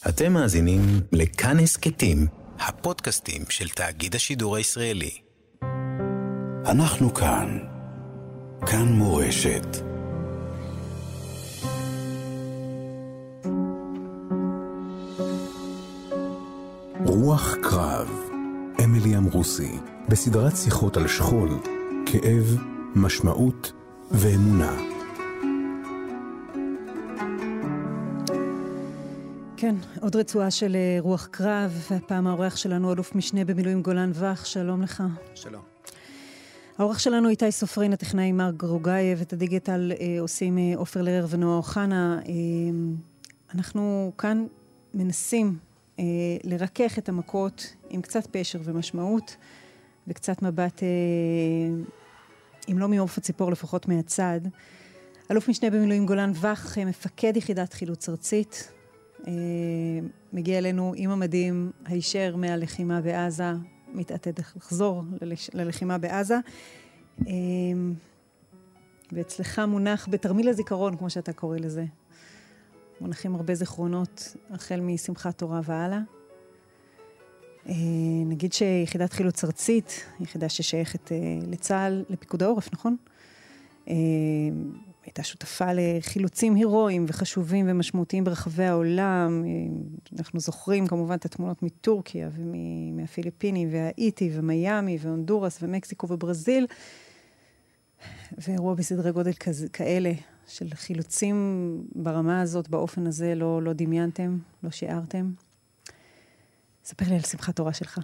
אתם מאזינים לכאן הסכתים, הפודקאסטים של תאגיד השידור הישראלי. אנחנו כאן מורשת. רוח קרב, אמילי אמרוסי, בסדרת שיחות על שכול, כאב, משמעות ואמונה. כן, עוד רצועה של רוח קרב, והפעם האורח שלנו אלוף משנה במילואים גולן וח, שלום לך. שלום. האורח שלנו איתי סופרין, הטכנאי מרק גרוגייב, את הדיגיטל עושים עופר לרר ונועה אוחנה. אנחנו כאן מנסים לרכך את המכות עם קצת פשר ומשמעות, וקצת מבט, אם לא מעוף הציפור לפחות מהצד. אלוף משנה במילואים גולן וח, מפקד יחידת חילוץ ארצית, מגיע אלינו עם המדים הישר מהלחימה בעזה, מתעתד לחזור ללחימה בעזה, ואצלך מונח בתרמיל הזיכרון, כמו שאתה קורא לזה, מונחים הרבה זיכרונות החל משמחת תורה והלאה. נגיד שיחידת חילוץ ארצית, יחידה ששייכת לצה"ל, לפיקוד העורף, נכון? הייתה שותפה לחילוצים הירואיים וחשובים ומשמעותיים ברחבי העולם. אנחנו זוכרים כמובן את התמונות מטורקיה ומהפיליפינים והאיטי ומיימי והונדורס ומקסיקו וברזיל. ואירוע בסדרי גודל כאלה של חילוצים ברמה הזאת, באופן הזה, לא דמיינתם, לא שיערתם. ספר לי על שמחת תורה שלך.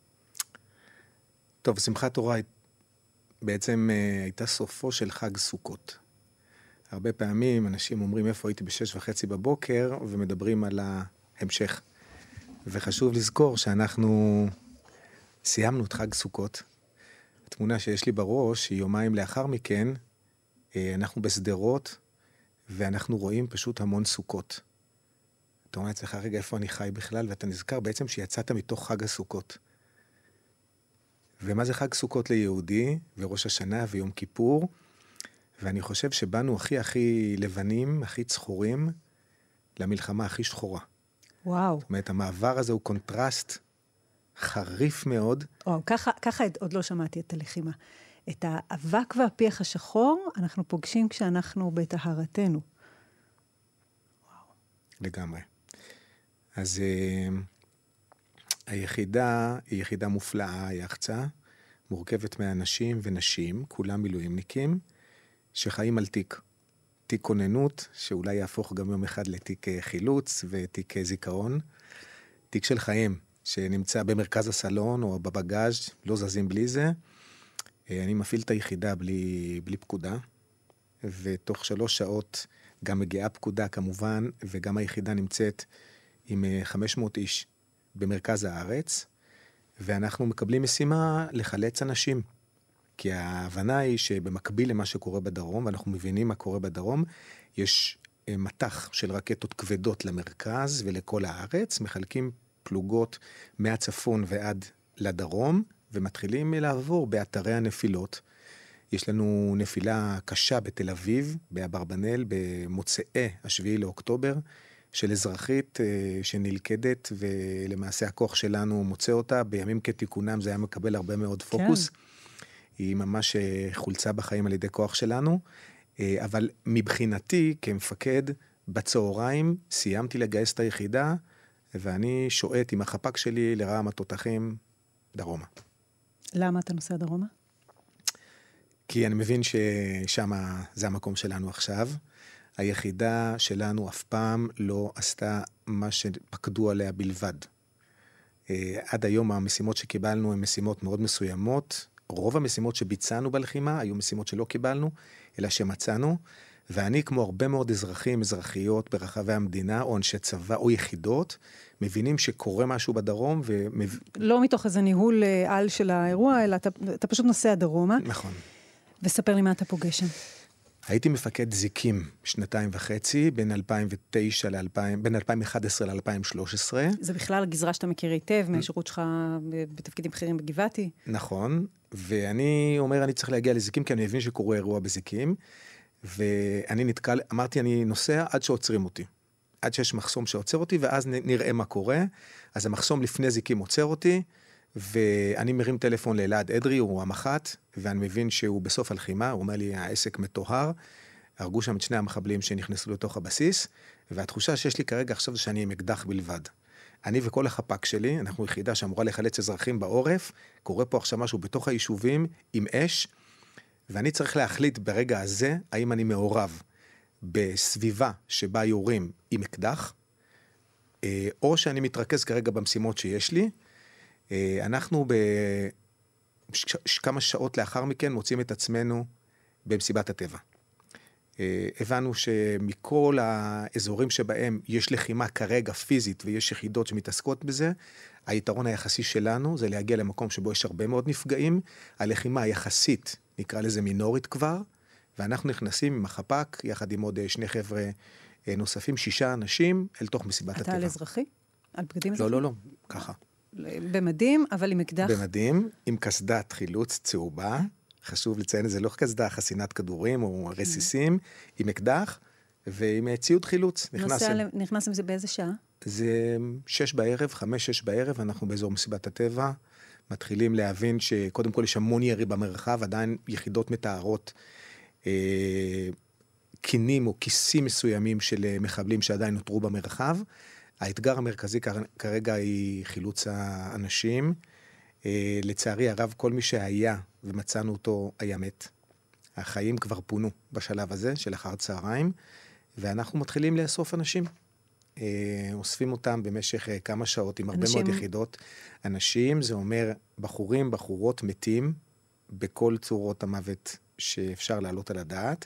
טוב, שמחת תורה בעצם הייתה סופו של חג סוכות. הרבה פעמים אנשים אומרים איפה הייתי ב6:30 בבוקר, ומדברים על ההמשך. וחשוב לזכור שאנחנו סיימנו את חג סוכות. התמונה שיש לי בראש היא יומיים לאחר מכן, אנחנו בסדרות, ואנחנו רואים פשוט המון סוכות. אתה אומר אצלך, רגע, איפה אני חי בכלל? ואתה נזכר בעצם שיצאת מתוך חג הסוכות. ומה זה חג סוכות ליהודי, וראש השנה ויום כיפור? ואני חושב שבאנו הכי לבנים, הכי צחורים, למלחמה הכי שחורה. וואו. זאת אומרת, המעבר הזה הוא קונטרסט חריף מאוד. ככה עוד לא שמעתי את הלחימה. את האבק והפיח השחור אנחנו פוגשים כשאנחנו בטהרתנו. וואו. לגמרי. אז היחידה היא יחידה מופלאה, יחצה, מורכבת מאנשים ונשים, כולם מילואימניקים, שחיים על תיק כוננות, שאולי יהפוך גם יום אחד לתיק חילוץ ותיק זיכרון. תיק של חיים, שנמצא במרכז הסלון או בבגאז', לא זזים בלי זה. אני מפעיל את היחידה בלי פקודה, ותוך 3 שעות גם מגיעה פקודה כמובן, וגם היחידה נמצאת עם 500 איש במרכז הארץ, ואנחנו מקבלים משימה לחלץ אנשים. כי ההבנה היא שבמקביל למה שקורה בדרום, ואנחנו מבינים מה קורה בדרום, יש מתח של רקטות כבדות למרכז ולכל הארץ, מחלקים פלוגות מהצפון ועד לדרום, ומתחילים לעבור באתרי הנפילות. יש לנו נפילה קשה בתל אביב, באברבנאל, במוצאי 7 לאוקטובר, של אזרחית שנלכדת, ולמעשה הכוח שלנו מוצא אותה, בימים כתיקונם זה היה מקבל הרבה מאוד פוקוס. כן. היא ממש חולצה בחיים על ידי כוח שלנו, אבל מבחינתי כמפקד בצהריים סיימתי לגייס את היחידה, ואני שואט עם החפ"ק שלי לרעם התותחים דרומה. למה אתה נוסע דרומה? כי אני מבין ששם זה המקום שלנו עכשיו. היחידה שלנו אף פעם לא עשתה מה שפקדו עליה בלבד. עד היום המשימות שקיבלנו הן משימות מאוד מסוימות. רוב המשימות שביצענו בלחימה היו משימות שלא קיבלנו, אלא שמצאנו. ואני, כמו הרבה מאוד אזרחים, אזרחיות ברחבי המדינה, או אנשי צבא, או יחידות, מבינים שקורה משהו בדרום. לא מתוך איזה ניהול על של האירוע, אלא אתה פשוט נוסע דרומה. נכון. וספר לי מה אתה פוגש שם. הייתי מפקד זיקים 2.5, בין 2011 ל-2013. זה בכלל גזרה שאתה מכיר היטב, מהשירות שלך בתפקידים בכירים בגבעתי. נכון, ואני אומר, אני צריך להגיע לזיקים, כי אני מבין שקורה אירוע בזיקים, ואני נתקל, אמרתי, אני נוסע עד שעוצרים אותי. עד שיש מחסום שעוצר אותי, ואז נראה מה קורה. אז המחסום לפני זיקים עוצר אותי, ואני מרים טלפון לאלעד אדרי, הוא המח"ט, ואני מבין שהוא בסוף הלחימה, הוא אומר לי, העסק מטוהר, הרגו שם את שני המחבלים שנכנסו לתוך הבסיס, והתחושה שיש לי כרגע עכשיו זה שאני עם אקדח בלבד. אני וכל החפ"ק שלי, אנחנו יחידה שאמורה לחלץ אזרחים בעורף, קורה פה עכשיו משהו בתוך היישובים עם אש, ואני צריך להחליט ברגע הזה, האם אני מעורב בסביבה שבה יורים עם אקדח, או שאני מתרכז כרגע במשימות שיש לי. אנחנו כמה שעות לאחר מכן מוצאים את עצמנו במסיבת הטבע. הבנו שמכל האזורים שבהם יש לחימה כרגע פיזית ויש יחידות שמתעסקות בזה, היתרון היחסי שלנו זה להגיע למקום שבו יש הרבה מאוד נפגעים, הלחימה היחסית נקרא לזה מינורית כבר, ואנחנו נכנסים עם החפ"ק יחד עם עוד שני חבר'ה נוספים, 6 אנשים אל תוך מסיבת הטבע. אתה על אזרחי? על בגדים אזרחי? לא, ככה. במדים, אבל עם אקדח? במדים, עם קסדת חילוץ צהובה, חשוב לציין, זה לא קסדה חסינת כדורים או רסיסים, עם אקדח ועם ציוד חילוץ. נכנסתם זה באיזה שעה? זה 6 בערב, 5-6 בערב, אנחנו באזור מסיבת הטבע, מתחילים להבין שקודם כל יש המון ירי במרחב, עדיין יחידות מתארות קינים או כיסים מסוימים של מחבלים שעדיין נותרו במרחב. האתגר המרכזי כרגע היא חילוץ האנשים. לצערי הרב, כל מי שהיה ומצאנו אותו היה מת. החיים כבר פונו בשלב הזה של אחר צהריים, ואנחנו מתחילים לאסוף אנשים. אוספים אותם במשך כמה שעות עם הרבה מאוד יחידות. אנשים, זה אומר בחורים, בחורות מתים, בכל צורות המוות שאפשר לעלות על הדעת,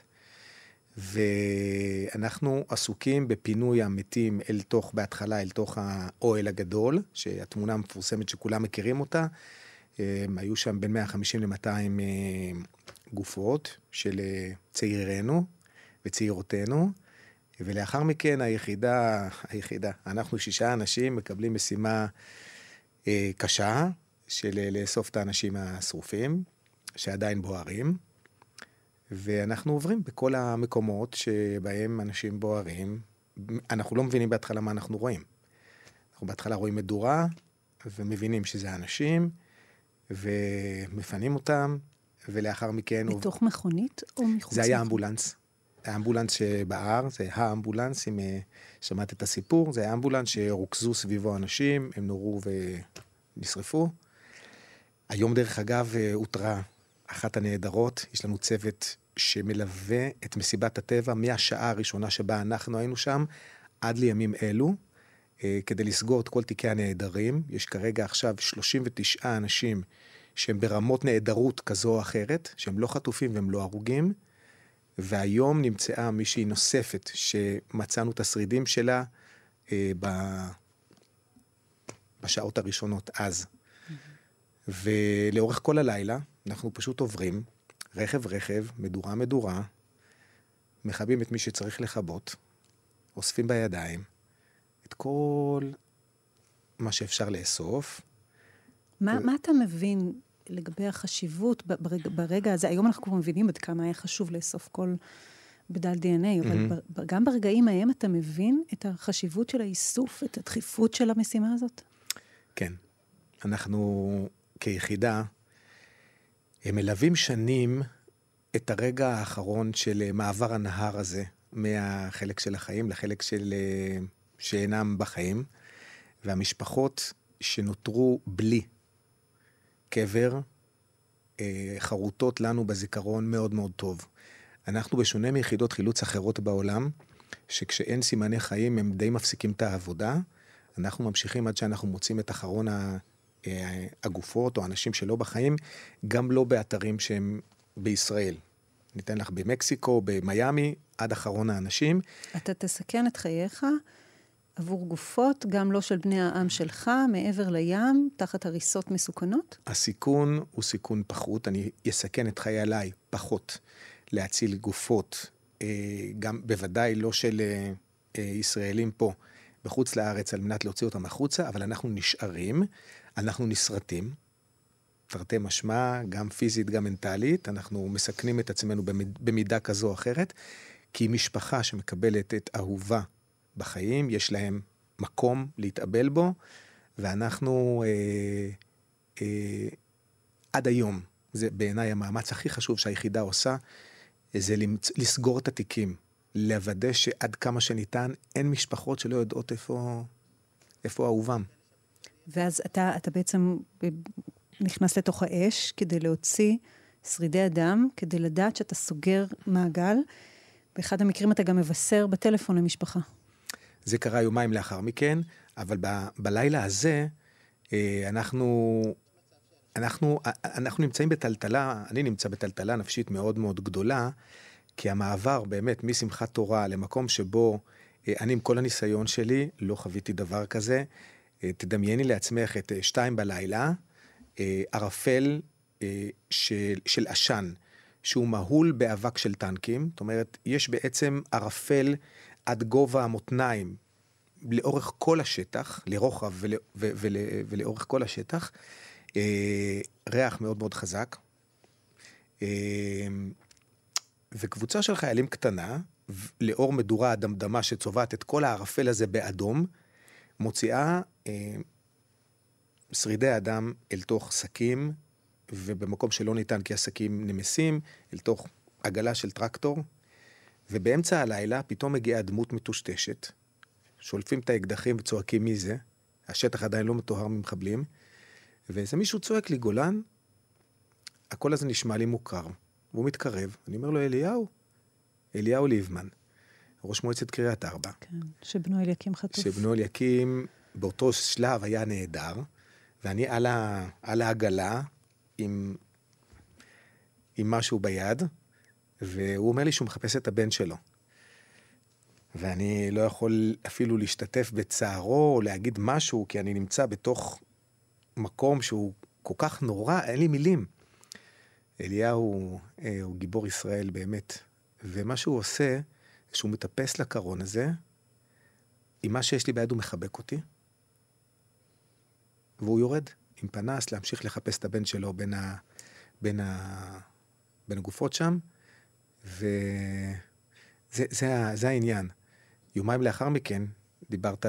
ואנחנו עסוקים בפינוי המתים בהתחלה אל תוך האוהל הגדול, שהתמונה המפורסמת שכולם מכירים אותה, היו שם בין 150 ל-200 גופות של צעירינו וצעירותינו, ולאחר מכן היחידה, אנחנו 6 אנשים מקבלים משימה קשה של לאסוף את האנשים השרופים, שעדיין בוערים, ואנחנו עוברים בכל המקומות שבהם אנשים בוערים. אנחנו לא מבינים בהתחלה מה אנחנו רואים. אנחנו בהתחלה רואים מדורה, ומבינים שזה אנשים, ומפנים אותם, ולאחר מכן... בתוך מכונית או מחוץ? זה היה אמבולנס. האמבולנס שבער, זה האמבולנס, אם שמעת את הסיפור, זה היה אמבולנס שרוכזו סביבו אנשים, הם נורו ונשרפו. היום דרך אגב הותרה אחת הנהדרות, יש לנו צוות שמלווה את מסיבת הטבע מהשעה הראשונה שבה אנחנו היינו שם, עד לימים אלו, כדי לסגור את כל תיקי הנהדרים. יש כרגע עכשיו 39 אנשים שהם ברמות נהדרות כזו או אחרת, שהם לא חטופים והם לא הרוגים, והיום נמצאה מישהי נוספת שמצאנו את השרידים שלה בשעות הראשונות אז. ולאורך כל הלילה אנחנו פשוט עוברים רכב, מדורה, מחבים את מי שצריך לחבות, אוספים בידיים את כל מה שאפשר לאסוף. מה אתה מבין לגבי החשיבות ברגע הזה? היום אנחנו כבר מבינים עד כמה היה חשוב לאסוף כל בדל DNA, אבל גם ברגעים ההם אתה מבין את החשיבות של האיסוף, את הדחיפות של המשימה הזאת? כן. אנחנו כיחידה מלווים שנים את הרגע האחרון של מעבר הנהר הזה, מהחלק של החיים לחלק שאינם בחיים, והמשפחות שנותרו בלי קבר, חרוטות לנו בזיכרון מאוד מאוד טוב. אנחנו בשונה מיחידות חילוץ אחרות בעולם, שכשאין סימני חיים הם די מפסיקים את העבודה, אנחנו ממשיכים עד שאנחנו מוצאים את אחרון הגופות או אנשים שלא בחיים, גם לא באתרים שהם בישראל. ניתן לך במקסיקו, במיימי, עד אחרון האנשים. אתה תסכן את חייך עבור גופות, גם לא של בני העם שלך, מעבר לים, תחת הריסות מסוכנות? הסיכון הוא סיכון פחות, אני אסכן את חיי עליי פחות להציל גופות, גם בוודאי לא של ישראלים פה, בחוץ לארץ על מנת להוציא אותם החוצה, אבל אנחנו נשארים, אנחנו נשרטים, תרתי משמע, גם פיזית, גם מנטלית, אנחנו מסכנים את עצמנו במידה כזו או אחרת, כי משפחה שמקבלת את אהובה בחיים, יש להם מקום להתאבל בו, ואנחנו עד היום, זה בעיניי המאמץ הכי חשוב שהיחידה עושה, זה לסגור את התיקים, לוודא שעד כמה שניתן, אין משפחות שלא יודעות איפה אהובם. ואז אתה בעצם נכנס לתוך האש כדי להוציא שרידי אדם, כדי לדעת שאתה סוגר מעגל. באחד המקרים אתה גם מבשר בטלפון למשפחה. זה קרה יומיים לאחר מכן, אבל בלילה הזה אנחנו נמצאים בטלטלה, אני נמצא בטלטלה נפשית מאוד מאוד גדולה, כי המעבר באמת משמחת תורה למקום שבו אני עם כל הניסיון שלי לא חוויתי דבר כזה. תדמייני לעצמך את 2 בלילה, ערפל של עשן, שהוא מהול באבק של טנקים, זאת אומרת, יש בעצם ערפל עד גובה המותניים, לאורך כל השטח, לרוחב ולאורך כל השטח, ריח מאוד מאוד חזק, וקבוצה של חיילים קטנה, לאור מדורה הדמדמה שצובעת את כל הערפל הזה באדום, מוציאה שרידי אדם אל תוך שקים, ובמקום שלא ניתן כי השקים נמסים, אל תוך עגלה של טרקטור, ובאמצע הלילה פתאום מגיעה דמות מטושטשת, שולפים את האקדחים וצועקים מי זה, השטח עדיין לא מטוהר ממחבלים, ואיזה מישהו צועק לי, גולן, הקול הזה נשמע לי מוכר, והוא מתקרב, אני אומר לו, אליהו ליבמן, ראש מועצת קריית ארבע. כן, שבנו אליקים חטוף. שבנו אליקים באותו שלב היה נהדר, ואני על העגלה עם משהו ביד, והוא אומר לי שהוא מחפש את הבן שלו. ואני לא יכול אפילו להשתתף בצערו, או להגיד משהו, כי אני נמצא בתוך מקום שהוא כל כך נורא, אין לי מילים. אליהו הוא גיבור ישראל באמת, ומה שהוא עושה, שהוא מטפס לקרון הזה, עם מה שיש לי ביד הוא מחבק אותי, והוא יורד עם פנס להמשיך לחפש את הבן שלו בין הגופות שם, וזה העניין. יומיים לאחר מכן, דיברת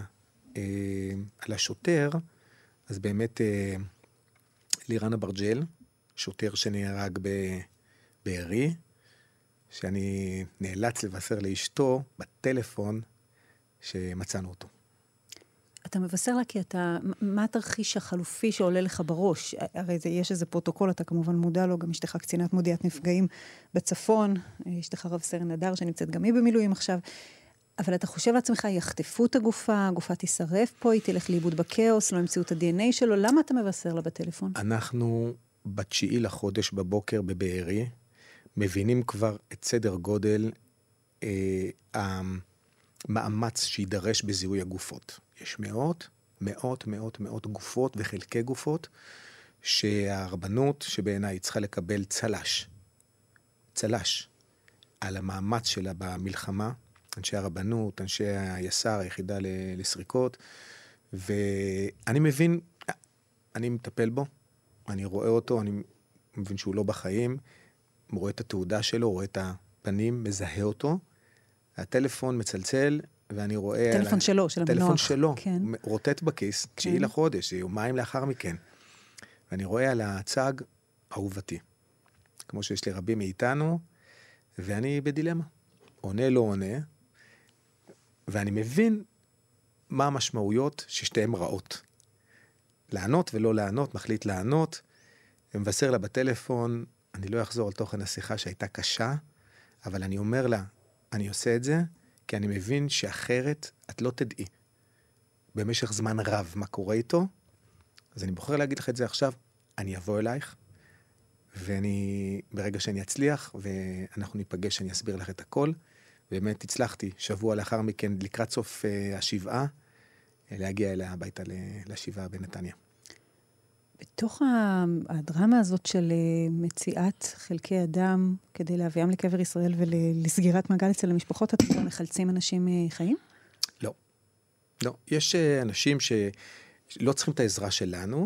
על השוטר, אז באמת לירן אברג'ל, שוטר שנהרג בארי, שאני נאלץ לבשר לאשתו בטלפון שמצאנו אותו. אתה מבשר לה כי מה התרחיש החלופי שעולה לך בראש? הרי יש איזה פרוטוקול, אתה כמובן מודע לו, גם אשתך קצינת מודיעת נפגעים בצפון, אשתך רב סרן נדר שנמצאת גם היא במילואים עכשיו, אבל אתה חושב לעצמך, יחטפו את הגופה, הגופה תישרף פה, היא תלך לאיבוד בקאוס, לא ימצאו את ה-DNA שלו, למה אתה מבשר לה בטלפון? אנחנו ב9 לחודש בבוקר בבארי, מבינים כבר את סדר גודל המאמץ שידרש בזיהוי הגופות. יש מאות גופות וחלקי גופות, שהרבנות שבעיניי צריכה לקבל צלש על המאמץ שלה במלחמה, אנשי הרבנות, אנשי היס"ר, היחידה לסריקות, ואני מבין, אני מטפל בו, אני רואה אותו, אני מבין שהוא לא בחיים, רואה את התעודה שלו, רואה את הפנים, מזהה אותו, הטלפון מצלצל, ואני רואה... טלפון שלו, של המנוח. טלפון שלו, כן. רוטט בכיס, 9 לחודש, יומיים לאחר מכן. ואני רואה על הצג אהובתי, כמו שיש לי רבים מאיתנו, ואני בדילמה. עונה לא עונה, ואני מבין מה המשמעויות ששתיהם רעות. לענות ולא לענות, מחליט לענות, ומבשר לה בטלפון, אני לא אחזור על תוכן השיחה שהייתה קשה, אבל אני אומר לה, אני עושה את זה, כי אני מבין שאחרת את לא תדעי במשך זמן רב מה קורה איתו, אז אני בוחר להגיד לך את זה עכשיו, אני אבוא אלייך, ברגע שאני אצליח, ואנחנו ניפגש, אני אסביר לך את הכל, באמת הצלחתי שבוע לאחר מכן, לקראת סוף השבעה, להגיע אליה הביתה לשבעה בנתניה. בתוך הדרמה הזאת של מציאת חלקי אדם, כדי להביאם לקבר ישראל ולסגירת מעגל אצל המשפחות, אתם גם מחלצים אנשים חיים? לא. לא. יש אנשים שלא צריכים את העזרה שלנו,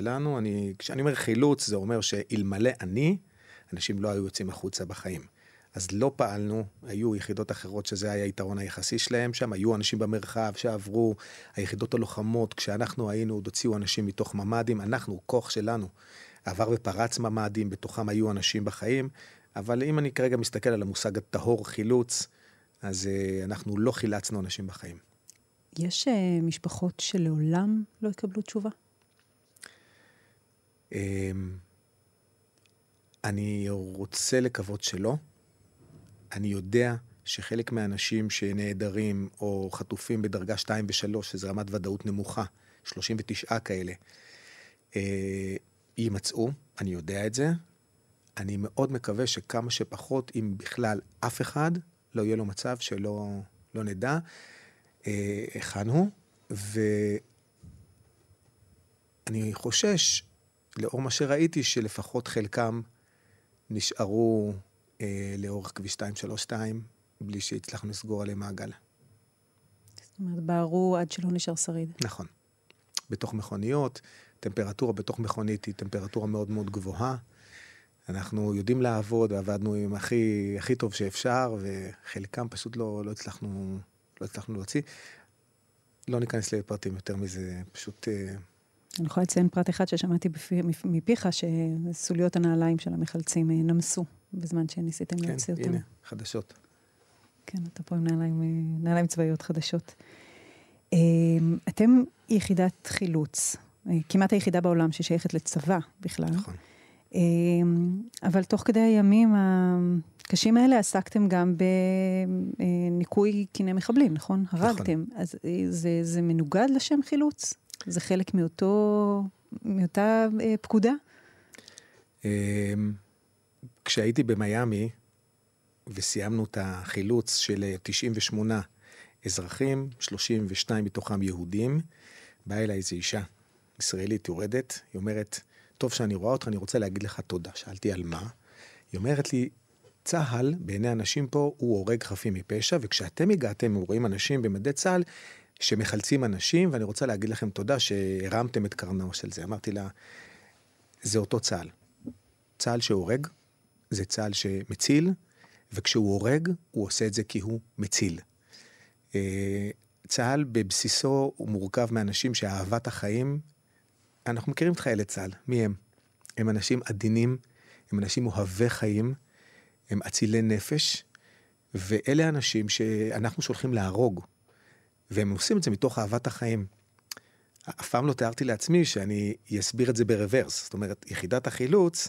כשאני אומר חילוץ, זה אומר שאלמלא אנשים לא היו יוצאים החוצה בחיים. אז לא פעלנו, היו יחידות אחרות שזה היה היתרון היחסי שלהם שם, היו אנשים במרחב שעברו, היחידות הלוחמות, כשאנחנו היינו, עוד הוציאו אנשים מתוך ממדים, אנחנו, כוח שלנו, עבר ופרץ ממדים, בתוכם היו אנשים בחיים, אבל אם אני כרגע מסתכל על המושג הטהור חילוץ, אז אנחנו לא חילצנו אנשים בחיים. יש משפחות שלעולם לא יקבלו תשובה? אני רוצה לקוות שלא. אני יודע שחלק מהאנשים שנעדרים או חטופים בדרגה 2 ו-3, שזו רמת ודאות נמוכה, 39 כאלה, יימצאו, אני יודע את זה. אני מאוד מקווה שכמה שפחות, אם בכלל אף אחד, לא יהיה לו מצב שלא נדע היכן הוא. ואני חושש, לאור מה שראיתי, שלפחות חלקם נשארו לאורך כביש 232, בלי שהצלחנו לסגור עליהם מעגל. זאת אומרת, בערו עד שלא נשאר שריד. נכון. בתוך מכוניות, טמפרטורה בתוך מכונית היא טמפרטורה מאוד מאוד גבוהה. אנחנו יודעים לעבוד, ועבדנו עם הכי טוב שאפשר, וחלקם פשוט לא הצלחנו להוציא. לא ניכנס לפרטים יותר מזה, פשוט... אני יכולה לציין פרט אחד ששמעתי מפיך, שסוליות הנעליים של המחלצים נמסו, בזמן שניסיתם להוציא אותם. כן, הנה, חדשות. כן, אתה פה עם נעליים צבאיות חדשות. אתם יחידת חילוץ, כמעט היחידה בעולם ששייכת לצבא בכלל. נכון. אבל תוך כדי הימים הקשים האלה עסקתם גם בניקוי קיני מחבלים, נכון? הרגתם. אז זה מנוגד לשם חילוץ? זה חלק מאותה פקודה? כשהייתי במיימי וסיימנו את החילוץ של 98 אזרחים, 32 מתוכם יהודים, באה אליי איזו אישה ישראלית יורדת, היא אומרת, טוב שאני רואה אותך, אני רוצה להגיד לך תודה. שאלתי על מה? היא אומרת לי, צהל, בעיני אנשים פה, הוא הורג חפים מפשע, וכשאתם הגעתם, רואים אנשים במדי צהל, שמחלצים אנשים, ואני רוצה להגיד לכם תודה שהרמתם את קרנו של זה. אמרתי לה, זה אותו צהל. צהל שהורג, זה צהל שמציל, וכשהוא הורג, הוא עושה את זה כי הוא מציל. צהל בבסיסו הוא מורכב מאנשים שאהבת החיים, אנחנו מכירים את חיילי צהל, מי הם? הם אנשים עדינים, הם אנשים אוהבי חיים, הם אצילי נפש, ואלה אנשים שאנחנו שולחים להרוג, והם עושים את זה מתוך אהבת החיים. אף פעם לא תיארתי לעצמי שאני אסביר את זה ברוורס, זאת אומרת, יחידת החילוץ,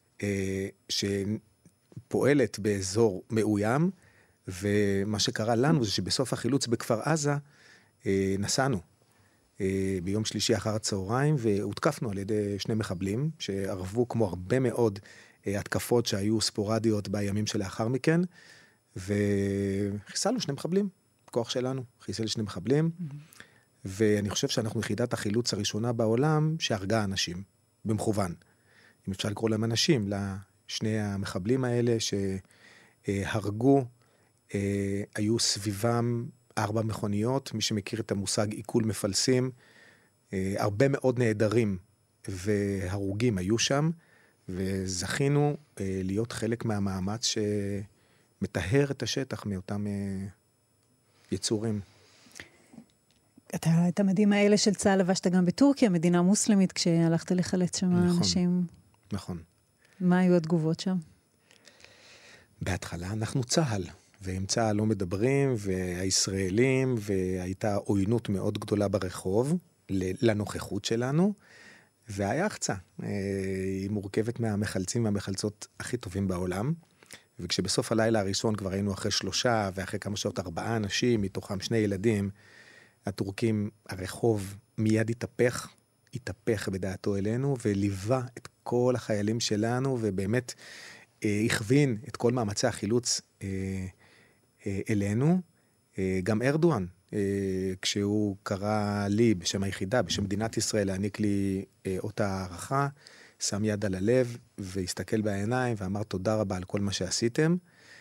שפועלת באזור מאוים, ומה שקרה לנו זה שבסוף החילוץ בכפר עזה, נסענו. ביום שלישי אחר הצהריים, והותקפנו על ידי 2 מחבלים, שערבו כמו הרבה מאוד התקפות שהיו ספורדיות בימים שלאחר מכן, וחיסלנו 2 מחבלים, כוח שלנו, חיסל 2 מחבלים, ואני חושב שאנחנו יחידת החילוץ הראשונה בעולם, שהרגה אנשים, במכוון. אם אפשר לקרוא להם אנשים, לשני המחבלים האלה שהרגו, היו סביבם 4 מכוניות, מי שמכיר את המושג עיכול מפלסים, הרבה מאוד נעדרים והרוגים היו שם, וזכינו להיות חלק מהמאמץ שמטהר את השטח מאותם יצורים. את המדים האלה של צה"ל לבשת גם בטורקיה, מדינה מוסלמית, כשהלכת לחלץ שם אנשים. נכון. מה היו התגובות שם? בהתחלה אנחנו צה"ל. ועם צה"ל לא מדברים, והישראלים, והייתה עוינות מאוד גדולה ברחוב, לנוכחות שלנו, והיחצה, היא מורכבת מהמחלצים והמחלצות הכי טובים בעולם, וכשבסוף הלילה הראשון כבר היינו אחרי 3, ואחרי כמה שעות 4 אנשים, מתוכם 2 ילדים, הטורקים, הרחוב מיד התהפך בדעתו אלינו, וליווה את כל החיילים שלנו, ובאמת הכווין את כל מאמצי החילוץ אלינו. גם ארדואן, כשהוא קרא לי בשם היחידה, בשם מדינת ישראל, להעניק לי אותה הערכה, שם יד על הלב והסתכל בעיניים ואמר תודה רבה על כל מה שעשיתם.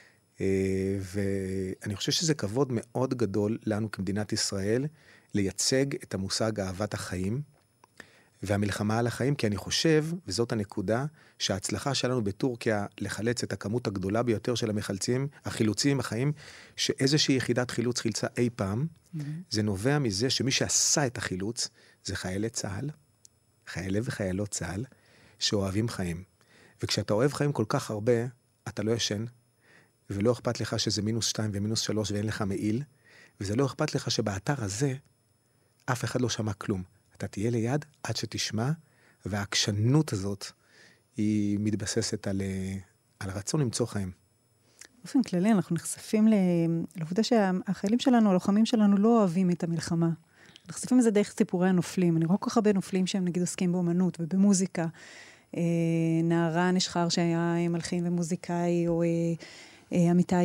ואני חושב שזה כבוד מאוד גדול לנו כמדינת ישראל לייצג את המושג אהבת החיים, והמלחמה על החיים, כי אני חושב, וזאת הנקודה, שההצלחה שלנו בטורקיה לחלץ את הכמות הגדולה ביותר של החילוצים, החיים, שאיזושהי יחידת חילוץ חילצה אי פעם, זה נובע מזה שמי שעשה את החילוץ, זה חיילי צה"ל, חיילי וחיילות צה"ל, שאוהבים חיים. וכשאתה אוהב חיים כל כך הרבה, אתה לא ישן, ולא אכפת לך שזה -2 ו-3 ואין לך מעיל, וזה לא אכפת לך שבאתר הזה, אף אחד לא שמע כלום. אתה תהיה ליד עד שתשמע, והעקשנות הזאת היא מתבססת על הרצון למצוא חיים. באופן כללי אנחנו נחשפים לעובדה שהחיילים שלנו, הלוחמים שלנו לא אוהבים את המלחמה. נחשפים לזה דרך סיפורי הנופלים. אני רואה כל כך הרבה נופלים שהם נגיד עוסקים באומנות ובמוזיקה. נערה נשחר שהיה מלחין ומוזיקאי, או אמיתי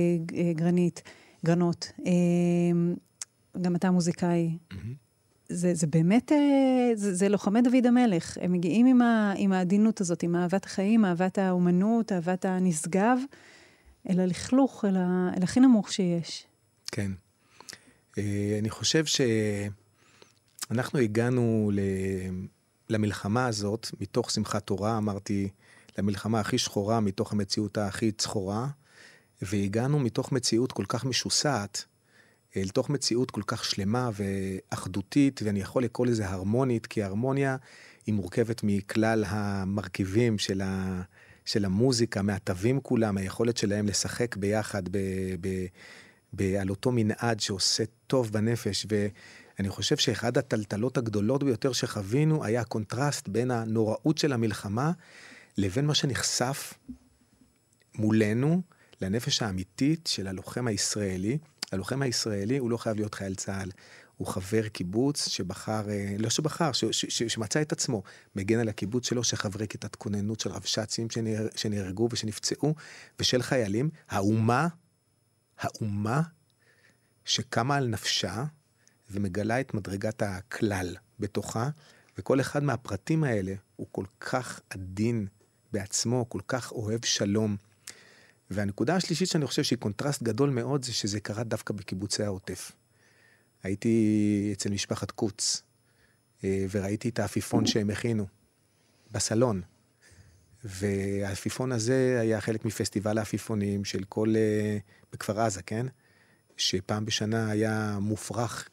גרנות. גם אתה מוזיקאי. זה באמת, זה לוחמי דוד המלך. הם מגיעים עם העדינות הזאת, עם אהבת החיים, אהבת האומנות, אהבת הנשגב, אל הלכלוך, אל הכי נמוך שיש. כן. אני חושב שאנחנו הגענו למלחמה הזאת, מתוך שמחת תורה, אמרתי, למלחמה הכי שחורה, מתוך המציאות הכי צחורה, והגענו מתוך מציאות כל כך משוסעת, אל תוך מציאות כל כך שלמה ואחדותית, ואני יכול לקרוא לזה הרמונית, כי ההרמוניה היא מורכבת מכלל המרכיבים של המוזיקה, מהטבים כולם, היכולת שלהם לשחק ביחד על אותו מנעד שעושה טוב בנפש, ואני חושב שאחד הטלטלות הגדולות ביותר שחווינו, היה הקונטרסט בין הנוראות של המלחמה, לבין מה שנחשף מולנו, לנפש האמיתית של הלוחם הישראלי. הלוחם הישראלי הוא לא חייב להיות חייל צה"ל, הוא חבר קיבוץ שבחר, לא שבחר, שמצא את עצמו, מגן על הקיבוץ שלו, שחברי כיתת כוננות של רבש"צים שנהרגו ושנפצעו, ושל חיילים. האומה שקמה על נפשה, ומגלה את מדרגת הכלל בתוכה, וכל אחד מהפרטים האלה הוא כל כך עדין בעצמו, כל כך אוהב שלום. והנקודה השלישית שאני חושב שהיא קונטרסט גדול מאוד, זה שזה קרה דווקא בקיבוצי העוטף. הייתי אצל משפחת קוץ, וראיתי את האפיפון שהם הכינו, בסלון. והאפיפון הזה היה חלק מפסטיבל האפיפונים של כל, בכפר עזה, כן? שפעם בשנה היה מופרח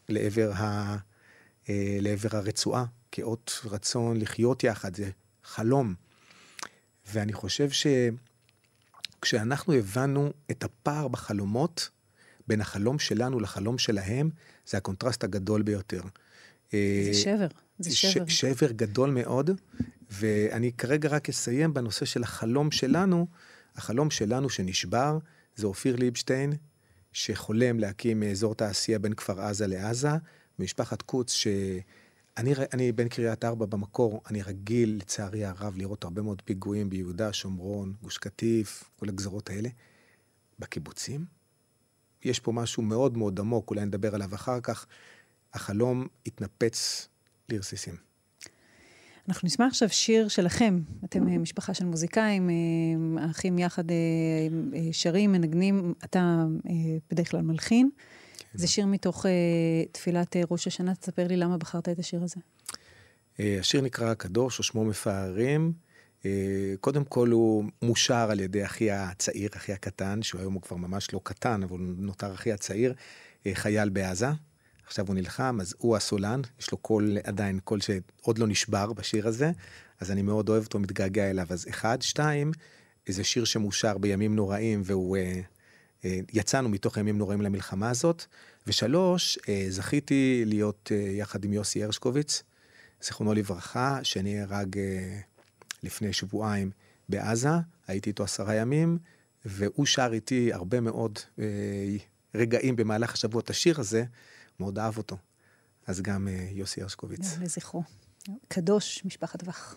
לעבר הרצועה, כאות רצון לחיות יחד, זה חלום. ואני חושב כשאנחנו הבנו את הפער בחלומות, בין החלום שלנו לחלום שלהם, זה הקונטרסט הגדול ביותר. זה שבר, שבר גדול מאוד, ואני כרגע רק אסיים בנושא של החלום שלנו שנשבר, זה אופיר ליבשטיין, שחולם להקים אזור תעשייה בין כפר עזה לעזה, ומשפחת קוץ אני בן קריית 4 במקור, אני רגיל לצערי הרב לראות הרבה מאוד פיגועים ביהודה, שומרון, גוש קטיף, כל הגזרות האלה. בקיבוצים, יש פה משהו מאוד מאוד עמוק, אולי נדבר עליו אחר כך, החלום התנפץ לרסיסים. אנחנו נשמע עכשיו שיר שלכם, אתם משפחה של מוזיקאים, האחים יחד שרים, מנגנים, אתה בדרך כלל מלחין, זה שיר מתוך תפילת ראש השנה. תספר לי למה בחרת את השיר הזה. השיר נקרא הקדוש, או שמו מפארים. קודם כל הוא מושר על ידי אחי הצעיר, אחי הקטן, שהוא היום הוא כבר ממש לא קטן, אבל הוא נותר אחי הצעיר, חייל בעזה. עכשיו הוא נלחם, אז הוא הסולן, יש לו קול, עדיין קול שעוד לא נשבר בשיר הזה, אז אני מאוד אוהב אותו, מתגעגע אליו. אז 1, 2, זה שיר שמושר בימים נוראים, והוא יצאנו מתוך ימים נוראים למלחמה הזאת. ו3, זכיתי להיות יחד עם יוסי הרשקוביץ, זכרונו לברכה, שנהרג לפני שבועיים בעזה, הייתי איתו 10 ימים, והוא שר איתי הרבה מאוד רגעים במהלך השבוע את השיר הזה, מאוד אהב אותו. אז גם יוסי הרשקוביץ. לזכרו. קדוש, משפחת וח.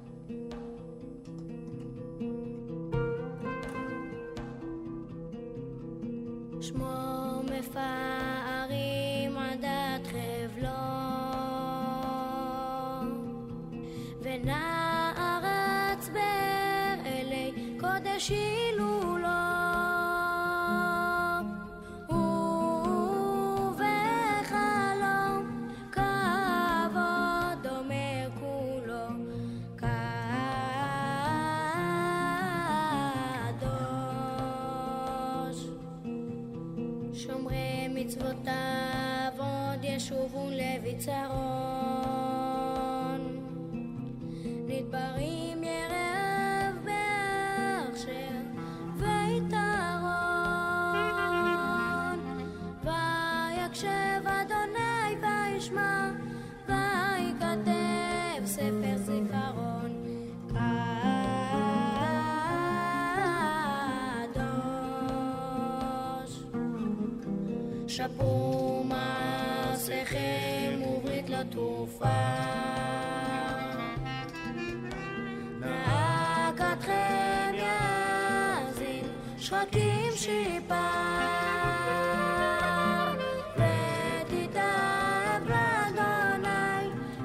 שמו מפארים עדת חבלו ונערץ באלי קודש הילולו ובחלום כבוד ומקומו מצוותיו עוד ישובו לביצרון. נדברים ירב בהכשר ויתרון, ויקשב אדוני וישמע, וייכתב ספר זיכרון. קדוש שפו מעשיכם וברית לא תופר, נאקתכם יאזין שחקים שיפר, ותתאהב לאדוני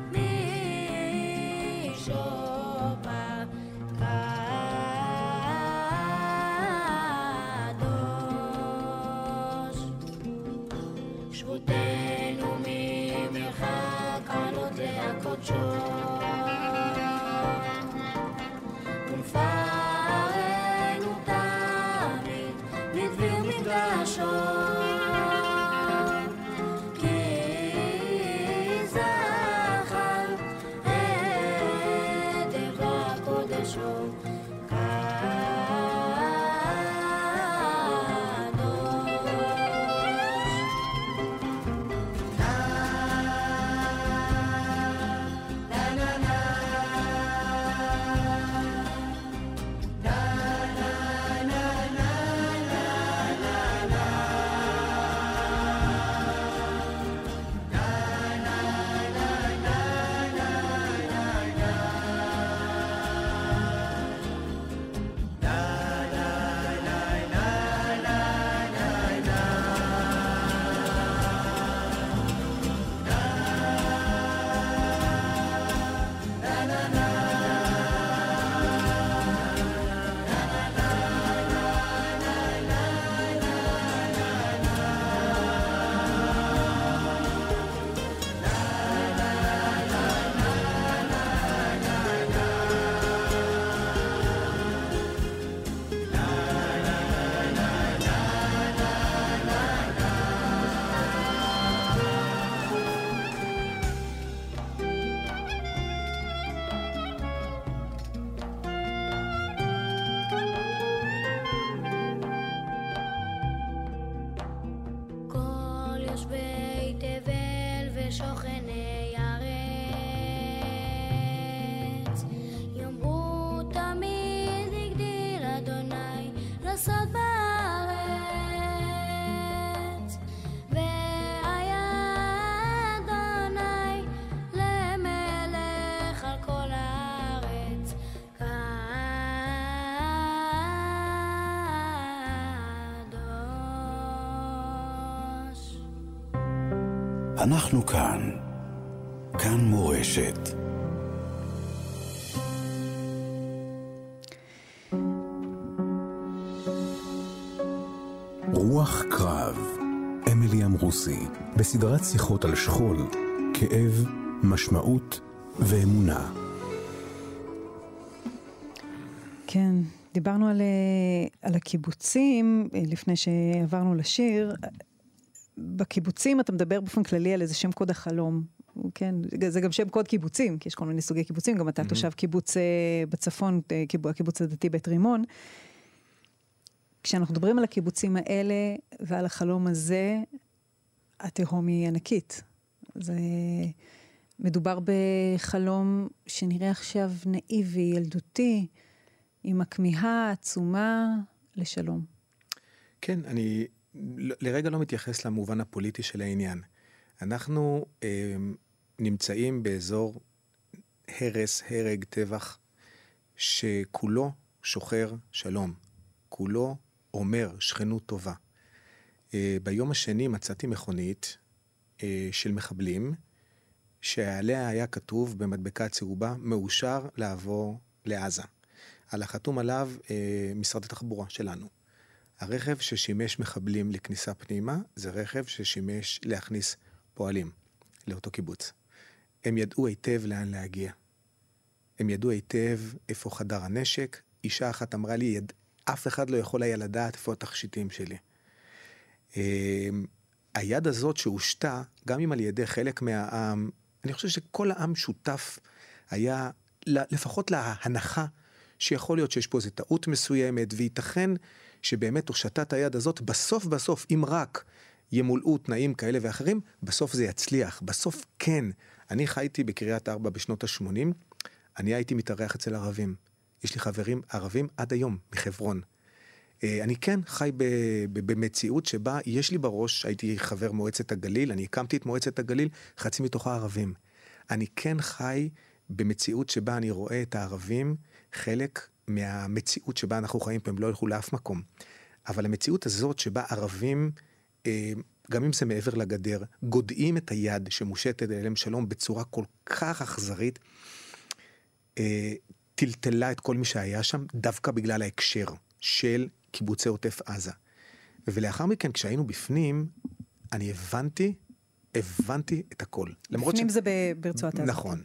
משופר. קדוש שבותנו ממרחק עלות להקודשו, ונפארנו תמיד בדביר מקדשו, כי זכר את דבר קודשו. כל יושבי תבל ושוכני ארץ יאמרו תמיד הגדיל אדוני לעשות בארץ, והיה אדוני למלך על כל הארץ. קדוש אנחנו כאן. כאן מורשת. רוח קרב, אמילי אמרוסי, בסדרת שיחות על שכול, כאב, משמעות ואמונה. כן, דיברנו על הקיבוצים לפני שעברנו לשיר. בקיבוצים אתה מדבר באופן כללי על איזה שם קוד החלום. כן, זה גם שם קוד קיבוצים, כי יש כל מיני סוגי קיבוצים, גם אתה תושב קיבוץ בצפון, הקיבוץ הדתי בית רימון. כשאנחנו מדברים על הקיבוצים האלה ועל החלום הזה, התהום היא ענקית. זה מדובר בחלום שנראה עכשיו נאיבי, ילדותי, עם הכמיהה העצומה לשלום. כן, אני לרגע לא מתייחס למובן הפוליטי של העניין. אנחנו נמצאים באזור הרס, הרג, טבח, שכולו שוחר שלום. כולו אומר שכנות טובה. ביום השני מצאתי מכונית של מחבלים, שעליה היה כתוב במדבקה צהובה, מאושר לעבור לעזה. על החתום עליו משרד התחבורה שלנו. הרכב ששימש מחבלים לכניסה פנימה, זה רכב ששימש להכניס פועלים לאותו קיבוץ. הם ידעו היטב לאן להגיע. הם ידעו היטב איפה חדר הנשק. אישה אחת אמרה לי, אף אחד לא יכול היה לדעת איפה התכשיטים שלי. היד הזאת שהושתה, גם אם על ידי חלק מהעם, אני חושב שכל העם שותף היה לפחות להנחה שיכול להיות שיש פה איזו טעות מסוימת, וייתכן שבאמת הושטת היד הזאת, בסוף, אם רק ימולאו תנאים כאלה ואחרים, בסוף זה יצליח. בסוף כן. אני חייתי בקריית ארבע בשנות ה-80, אני הייתי מתארח אצל ערבים. יש לי חברים ערבים עד היום, מחברון. אני כן חי במציאות שבה יש לי בראש, הייתי חבר מועצת הגליל, אני הקמתי את מועצת הגליל, חצי מתוכה ערבים. אני כן חי במציאות שבה אני רואה את הערבים, חלק מהמציאות שבה אנחנו חיים פה, הם לא ילכו לאף מקום. אבל המציאות הזאת שבה ערבים, גם אם זה מעבר לגדר, גודעים את היד שמושטת אליהם שלום בצורה כל כך אכזרית, טלטלה את כל מי שהיה שם, דווקא בגלל ההקשר של קיבוצי עוטף עזה. ולאחר מכן, כשהיינו בפנים, אני הבנתי את הכל. בפנים זה ברצועת עזה. נכון.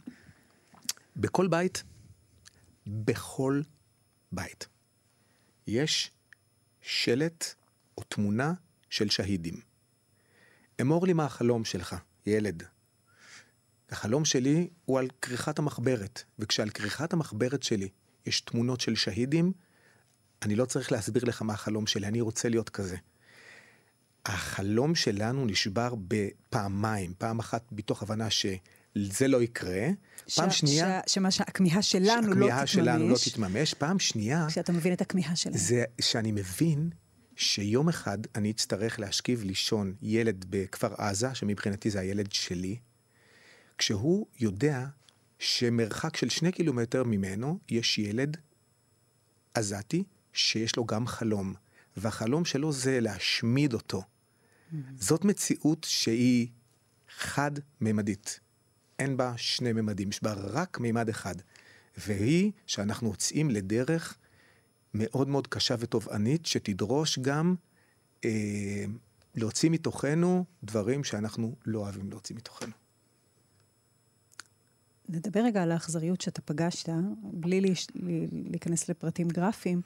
בכל בית, יש שלט או תמונה של שהידים. אמור לי מה החלום שלך, ילד. החלום שלי הוא על כריכת המחברת, וכשעל כריכת המחברת שלי יש תמונות של שהידים, אני לא צריך להסביר לך מה החלום שלי, אני רוצה להיות כזה. החלום שלנו נשבר בפעמיים, פעם אחת בתוך הבנה שזה לא יקרה, פעם שנייה... שהכמיהה שלנו לא תתממש. פעם שנייה... כשאתה מבין את הכמיהה שלנו. זה שאני מבין שיום אחד אני אצטרך להשכיב לישון ילד בכפר עזה, שמבחינתי זה הילד שלי, כשהוא יודע שמרחק של 2 קילומטר ממנו יש ילד עזתי שיש לו גם חלום, והחלום שלו זה להשמיד אותו. זאת מציאות שהיא חד-ממדית. אין בה 2 ממדים, יש בה רק מימד אחד. והיא שאנחנו יוצאים לדרך מאוד מאוד קשה ותובענית, שתדרוש גם להוציא מתוכנו דברים שאנחנו לא אוהבים להוציא מתוכנו. נדבר רגע על האכזריות שאתה פגשת, בלי להיכנס לפרטים גרפיים.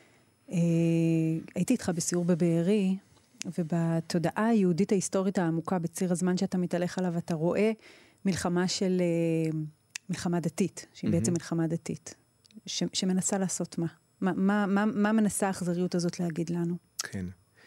הייתי איתך בסיור בבארי, ובתודעה היהודית ההיסטורית העמוקה בציר הזמן שאתה מתהלך עליו, אתה רואה מלחמה דתית, שהיא בעצם מלחמה דתית, שמנסה לעשות מה? מה מנסה האכזריות הזאת להגיד לנו? כן.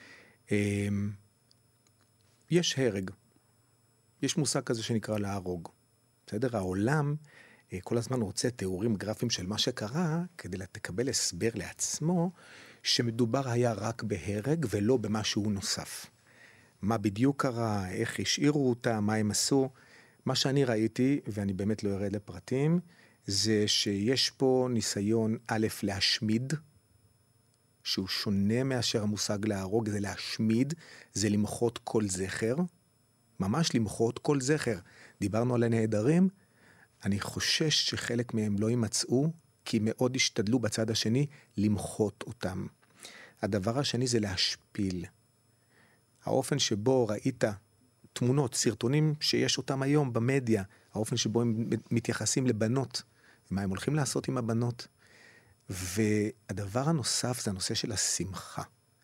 יש הרג. יש מושג כזה שנקרא להרוג. בסדר? העולם כל הזמן רוצה תיאורים גרפיים של מה שקרה, כדי לקבל הסבר לעצמו, שמדובר היה רק בהרג ולא במשהו נוסף. מה בדיוק קרה, איך השאירו אותה, מה הם עשו. מה שאני ראיתי, ואני באמת לא ארד לפרטים, זה שיש פה ניסיון א' להשמיד, שהוא שונה מאשר המושג להרוג, זה להשמיד, זה למחות כל זכר, ממש למחות כל זכר. דיברנו על הנהדרים, אני חושש שחלק מהם לא יימצאו, כי מאוד השתדלו בצד השני למחות אותם. הדבר השני זה להשפיל. האופן שבו ראית תמונות, סרטונים שיש אותם היום במדיה, האופן שבו הם מתייחסים לבנות, ומה הם הולכים לעשות עם הבנות. והדבר הנוסף זה הנושא של השמחה.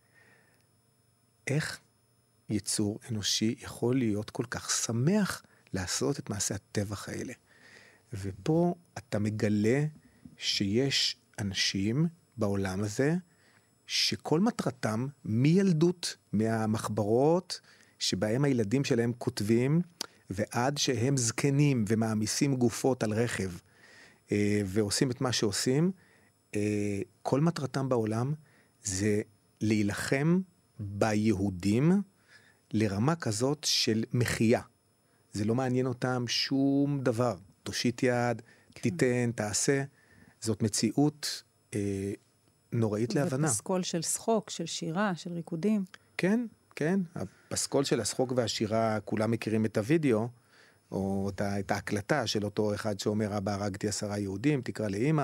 איך יצור אנושי יכול להיות כל כך שמח לעשות את מעשי הטבח האלה? ופה אתה מגלה שיש אנשים בעולם הזה, שכל מטרתם מילדות, מהמחברות שבהם הילדים שלהם כותבים, ועד שהם זקנים ומעמיסים גופות על רכב, ועושים את מה שעושים, כל מטרתם בעולם זה להילחם ביהודים לרמה כזאת של מחייה. זה לא מעניין אותם שום דבר. תושיט יד, תיתן, תעשה. זאת מציאות נוראית להבנה. ופסקול של שחוק, של שירה, של ריקודים. כן, כן. הפסקול של השחוק והשירה, כולם מכירים את הוידאו, או את ההקלטה של אותו אחד שאומר, אבא, הרגתי 10 יהודים, תקרא לאמא.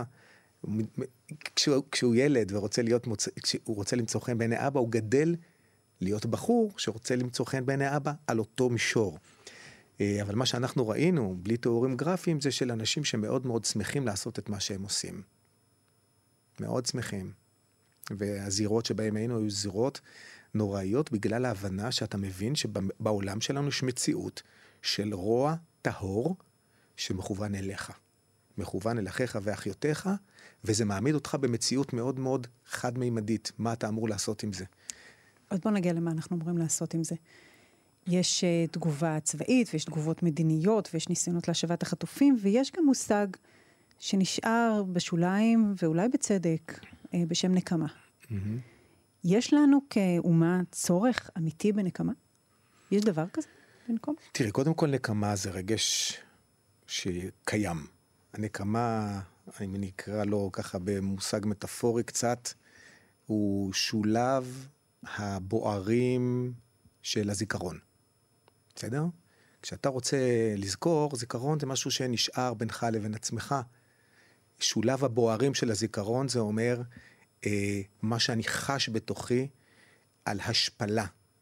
כשהוא ילד ורוצה כשהוא רוצה למצוא חן בעיני אבא, הוא גדל להיות בחור שרוצה למצוא חן בעיני אבא על אותו מישור. אבל מה שאנחנו ראינו, בלי תיאורים גרפיים, זה של אנשים שמאוד מאוד שמחים לעשות את מה שהם עושים. מאוד שמחים. והזירות שבהם היינו היו זירות, נוראיות בגלל ההבנה שאתה מבין שבעולם שלנו יש מציאות של רוע טהור שמכוון אליך. מכוון אל אחיך ואחיותיך, וזה מעמיד אותך במציאות מאוד מאוד חד-מימדית. מה אתה אמור לעשות עם זה? אז בוא נגיע למה אנחנו אמורים לעשות עם זה. יש תגובה צבאית, ויש תגובות מדיניות, ויש ניסיונות להשבת החטופים, ויש גם מושג שנשאר בשוליים, ואולי בצדק, בשם נקמה. יש לנו כאומה צורך אמיתי בנקמה? יש דבר כזה בנקום? תראי, קודם כל נקמה זה רגש שקיים. הנקמה, אני נקרא לו ככה במושג מטאפורי קצת, הוא שולב הבוערים של הזיכרון. בסדר? כשאתה רוצה לזכור, זיכרון זה משהו שנשאר בינך לבין עצמך. שולב הבוערים של הזיכרון זה אומר מה שאני חש בתוכי על השפלה,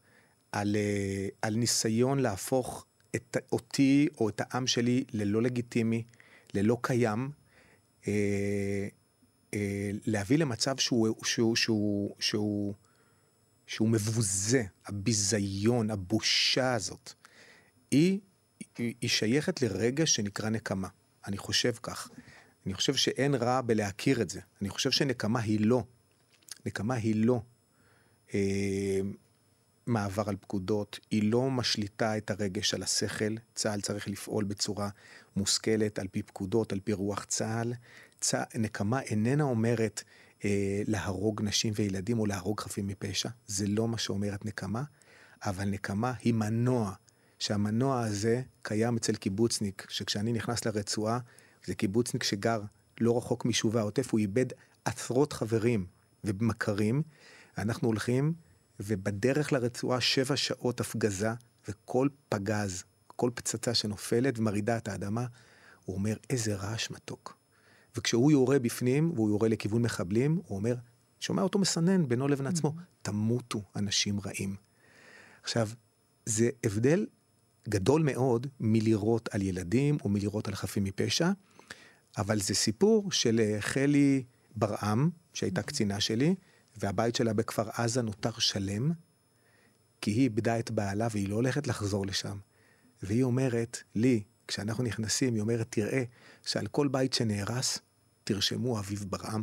על ניסיון להפוך אותי או את העם שלי ללא לגיטימי, ללא קיים, להביא למצב שהוא מבוזה, הביזיון, הבושה הזאת. היא שייכת לרגע שנקרא נקמה. אני חושב כך. אני חושב שאין רע בלהכיר את זה. אני חושב שנקמה היא לא. נקמה היא לא מעבר על פקודות. היא לא משליטה את הרגש על השכל. צה"ל צריך לפעול בצורה מושכלת על פי פקודות, על פי רוח צה"ל. נקמה איננה אומרת להרוג נשים וילדים או להרוג חפים מפשע. זה לא מה שאומרת נקמה. אבל נקמה היא מנוע. שהמנוע הזה קיים אצל קיבוצניק, שכשאני נכנס לרצועה, זה קיבוצניק שגר לא רחוק מיישובי העוטף, הוא איבד עשרות חברים ומכרים, אנחנו הולכים, ובדרך לרצועה 7 שעות הפגזה, וכל פגז, כל פצצה שנופלת ומרידה את האדמה, הוא אומר, איזה רעש מתוק. וכשהוא יורה בפנים, והוא יורה לכיוון מחבלים, הוא אומר, שומע אותו מסנן בינו לבין עצמו, תמותו אנשים רעים. עכשיו, זה הבדל גדול מאוד מלירות על ילדים או מלירות על חפים מפשע, אבל זה סיפור של חלי ברעם, שהייתה קצינה שלי, והבית שלה בכפר עזה נותר שלם, כי היא איבדה את בעלה והיא לא הולכת לחזור לשם. והיא אומרת לי, כשאנחנו נכנסים, היא אומרת, תראה שעל כל בית שנהרס, תרשמו אביב ברעם.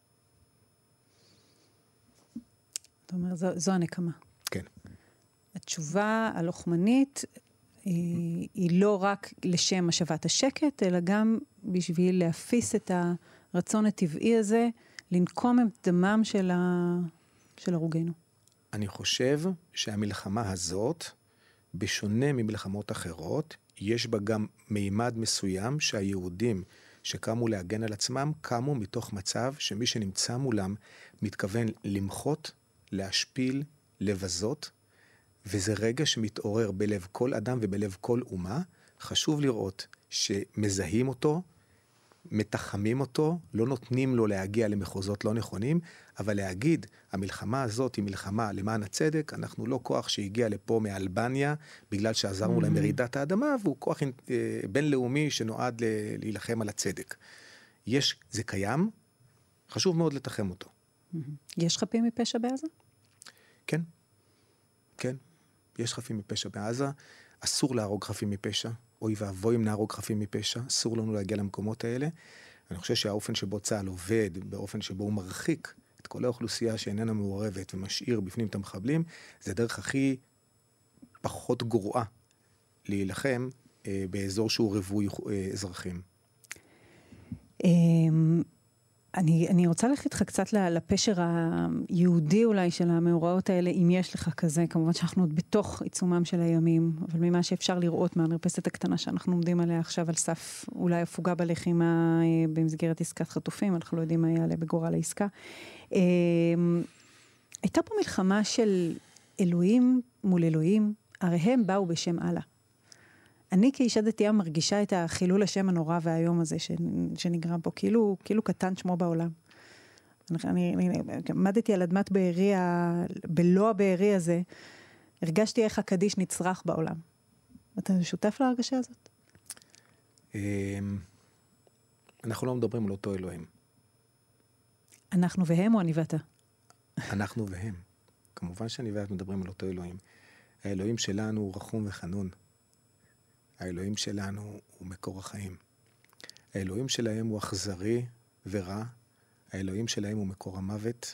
זאת אומרת, זו הנקמה. כן. התשובה הלוחמנית היא לא רק לשם השבת השקט, אלא גם בשביל להפיס את הרצון הטבעי הזה, לנקום את דמם של הרוגנו. אני חושב שהמלחמה הזאת, בשונה ממלחמות אחרות, יש בה גם מימד מסוים שהיהודים שקמו להגן על עצמם, קמו מתוך מצב שמי שנמצא מולם מתכוון למחות, להשפיל, לבזות, וזה רגע שמתעורר בלב כל אדם ובלב כל אומה. חשוב לראות שמזהים אותו, מתחמים אותו, לא נותנים לו להגיע למחוזות לא נכונים, אבל להגיד, המלחמה הזאת היא מלחמה למען הצדק, אנחנו לא כוח שהגיע לפה מאלבניה, בגלל שעזרנו להם ברעידת האדמה, והוא כוח בינלאומי שנועד להילחם על הצדק. זה קיים, חשוב מאוד לתחם אותו. יש חפים מפשע בעזה? כן, כן. יש חפים מפשע בעזה, אסור להרוג חפים מפשע, אוי ואבוי אם נהרוג חפים מפשע, אסור לנו להגיע למקומות האלה. אני חושב שהאופן שבו צה"ל עובד, באופן שבו הוא מרחיק את כל האוכלוסייה שאיננה מעורבת ומשאיר בפנים את המחבלים, זה הדרך הכי פחות גרועה להילחם באזור שהוא רווי אזרחים. אני רוצה ללכת איתך קצת לפשר היהודי אולי של המאורעות האלה, אם יש לך כזה, כמובן שאנחנו עוד בתוך עיצומם של הימים, אבל ממה שאפשר לראות מהמרפסת הקטנה שאנחנו עומדים עליה עכשיו על סף אולי הפוגה בלחימה במסגרת עסקת חטופים, אנחנו לא יודעים מה יעלה בגורל העסקה. הייתה פה מלחמה של אלוהים מול אלוהים, הרי הם באו בשם אללה. אני כאישה דתייה מרגישה את החילול השם הנורא והיום הזה שנגרם פה, כאילו קטן שמו בעולם. אני עמדתי על אדמת בארי, בלא הבארי הזה, הרגשתי איך הקדיש נצרח בעולם. אתה שותף להרגשה הזאת? אנחנו לא מדברים על אותו אלוהים. אנחנו והם או אני ואתה? אנחנו והם. כמובן שאני ואת מדברים על אותו אלוהים. האלוהים שלנו הוא רחום וחנון. האלוהים שלנו הוא מקור החיים. האלוהים שלהם הוא אכזרי ורע. האלוהים שלהם הוא מקור המוות.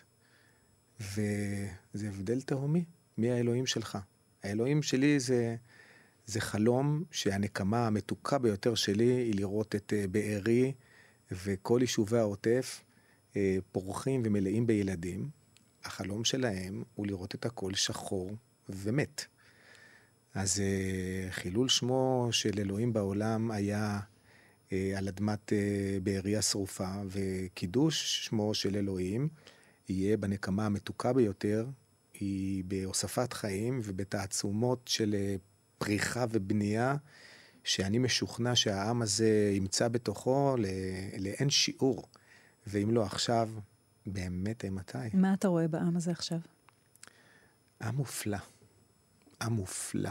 וזה הבדל תהומי. מי האלוהים שלך? האלוהים שלי זה חלום שהנקמה המתוקה ביותר שלי היא לראות את בארי וכל יישובי העוטף פורחים ומלאים בילדים. החלום שלהם הוא לראות את הכל שחור ומת. אז חילול שמו של אלוהים בעולם היה על אדמת בארי השרופה, וקידוש שמו של אלוהים יהיה בנקמה המתוקה ביותר, היא בהוספת חיים ובתעצומות של פריחה ובנייה, שאני משוכנע שהעם הזה ימצא בתוכו לאין שיעור, ואם לא עכשיו, באמת מתי. מה אתה רואה בעם הזה עכשיו? עם מופלא. עם מופלא.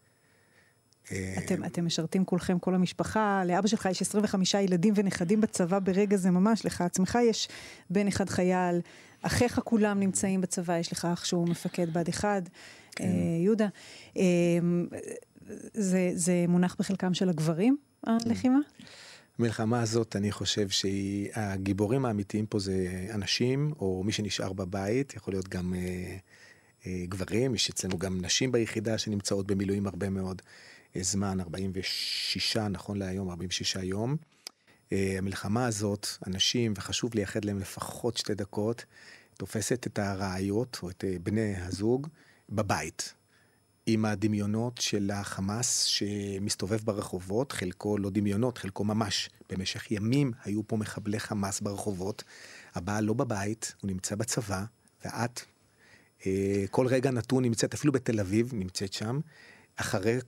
אתם משרתים כולכם, כל המשפחה, לאבא שלך יש 25 ילדים ונכדים בצבא ברגע זה ממש, לך עצמך יש בן אחד חייל, אחיך כולם נמצאים בצבא, יש לך אח שהוא מפקד בד אחד, יהודה. זה מונח בחלקם של הגברים, הלחימה? המלחמה הזאת, אני חושב שהגיבורים האמיתיים פה זה אנשים, או מי שנשאר בבית, יכול להיות גם גברים, יש אצלנו גם נשים ביחידה שנמצאות במילואים הרבה מאוד זמן, 46, נכון להיום, 46 יום. המלחמה הזאת, אנשים, וחשוב לייחד להם לפחות 2 דקות, תופסת את הרעיות, או את בני הזוג, בבית. עם הדמיונות של החמאס שמסתובב ברחובות, חלקו לא דמיונות, חלקו ממש. במשך ימים היו פה מחבלי חמאס ברחובות, הבעל לא בבית, הוא נמצא בצבא, ואת כל רגע נתון נמצאת, אפילו בתל אביב נמצאת שם, אחרי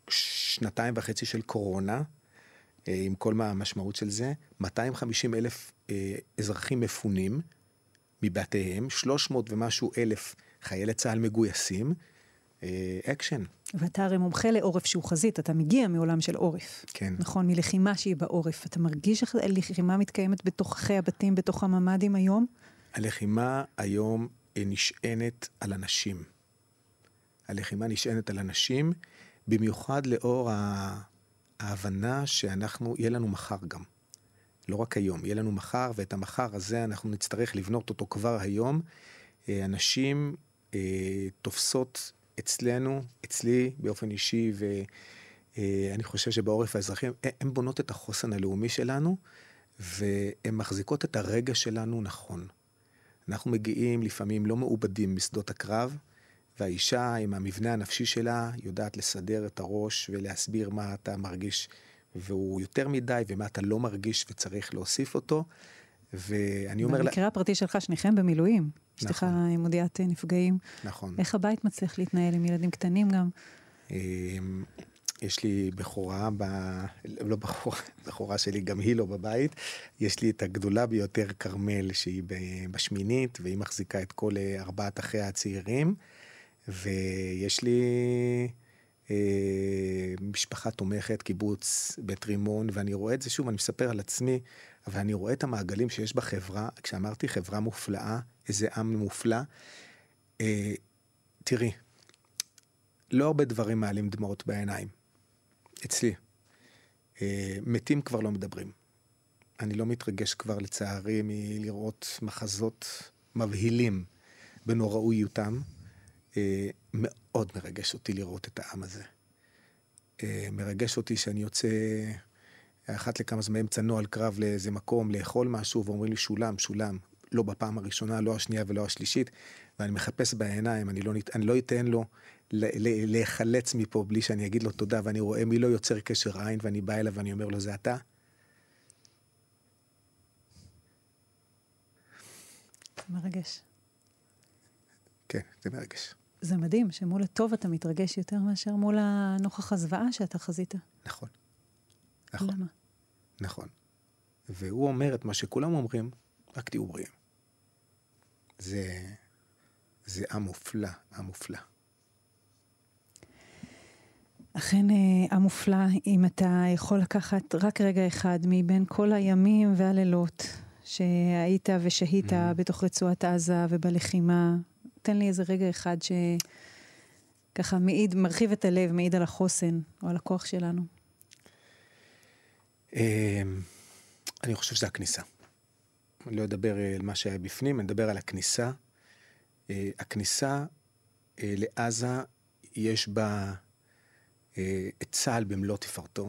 2.5 של קורונה, עם כל המשמעות של זה, 250,000 אזרחים מפונים מבתיהם, 300 ומשהו אלף חיילי צהל מגויסים, אקשן. ואתה הרי מומחה לעורף שהוא חזית, אתה מגיע מעולם של עורף. כן. נכון, מלחימה שהיא בעורף. אתה מרגיש שהלחימה מתקיימת בתוככי הבתים, בתוך הממ"דים היום? הלחימה היום נשענת על אנשים. הלחימה נשענת על אנשים, במיוחד לאור ההבנה שאנחנו, יהיה לנו מחר גם. לא רק היום, יהיה לנו מחר, ואת המחר הזה אנחנו נצטרך לבנות אותו כבר היום. אנשים תופסות אצלנו, אצלי באופן אישי, ואני חושב שבעורף האזרחים, הן בונות את החוסן הלאומי שלנו, והן מחזיקות את הרגע שלנו נכון. אנחנו מגיעים לפעמים לא מעובדים משדות הקרב, והאישה עם המבנה הנפשי שלה יודעת לסדר את הראש ולהסביר מה אתה מרגיש, והוא יותר מדי, ומה אתה לא מרגיש וצריך להוסיף אותו. ואני אומר במקרה הפרטי שלך, שניכם במילואים. אשתך עם מודיעת נפגעים. נכון. איך הבית מצליח להתנהל עם ילדים קטנים גם? יש לי בחורה, לא בחורה שלי, גם היא לא בבית. יש לי את הגדולה ביותר, קרמל, שהיא בשמינית, והיא מחזיקה את כל 4 אחיה הצעירים. ויש לי משפחה תומכת, קיבוץ, בית רימון, ואני רואה את זה שוב, אני מספר על עצמי, אבל אני רואה את המעגלים שיש בחברה, כשאמרתי חברה מופלאה, איזה עם מופלא, תראי, לא הרבה דברים מעלים דמעות בעיניים, אצלי, מתים כבר לא מדברים, אני לא מתרגש כבר לצערי מלראות מחזות מבהילים בנוראויותם, מאוד מרגש אותי לראות את העם הזה. מרגש אותי שאני יוצא אחת לכמה זמן אמצע נועל קרב לאיזה מקום, לאכול משהו, ואומרים לי שולם, שולם. לא בפעם הראשונה, לא השנייה ולא השלישית, ואני מחפש בעיניים, אני לא אתן לו להיחלץ מפה בלי שאני אגיד לו תודה, ואני רואה מי לא יוצר קשר עין, ואני בא אליו ואני אומר לו, זה אתה? זה מרגש. כן, זה מרגש. זה מדהים שמול הטוב אתה מתרגש יותר מאשר מול הנוכח הזוועה שאתה חזית. נכון. נכון. למה? נכון. והוא אומר את מה שכולם אומרים, רק תהיו בריאים. זה עם מופלא, עם מופלא. אכן עם מופלא, אם אתה יכול לקחת רק רגע אחד מבין כל הימים והלילות שהיית ושהית בתוך רצועת עזה ובלחימה, תן לי איזה רגע אחד שככה מרחיב את הלב, מעיד על החוסן, או על הכוח שלנו. אני חושב שזה הכניסה. אני לא אדבר על מה שהיה בפנים, אני אדבר על הכניסה. הכניסה לעזה, יש בה את צה"ל במלוא תפארתו.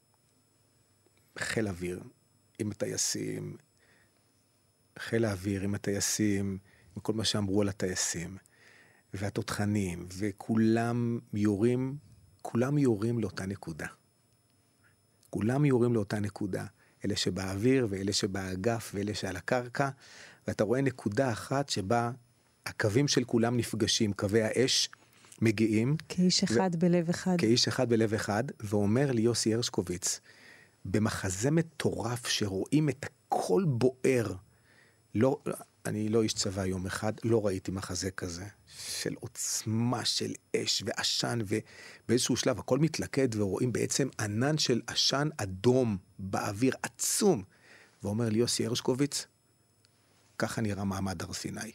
חיל אוויר עם הטייסים, חיל האוויר עם הטייסים, וכל מה שאמרו על הטייסים, והתותחנים, וכולם יורים, כולם יורים לאותה נקודה. כולם יורים לאותה נקודה. אלה שבאוויר, ואלה שבאגף, ואלה שעל הקרקע, ואתה רואה נקודה אחת שבה הקווים של כולם נפגשים, קווי האש מגיעים. כאיש אחד בלב אחד. כאיש אחד בלב אחד, ואומר לי יוסי הרשקוביץ, במחזה מטורף שרואים את הכל בוער, לא, אני לא איש צבא יום אחד, לא ראיתי מחזה כזה, של עוצמה, של אש ועשן, ובאיזשהו שלב הכל מתלכד, ורואים בעצם ענן של עשן אדום באוויר עצום, ואומר לי יוסי הרשקוביץ, ככה נראה מעמד הר סיני.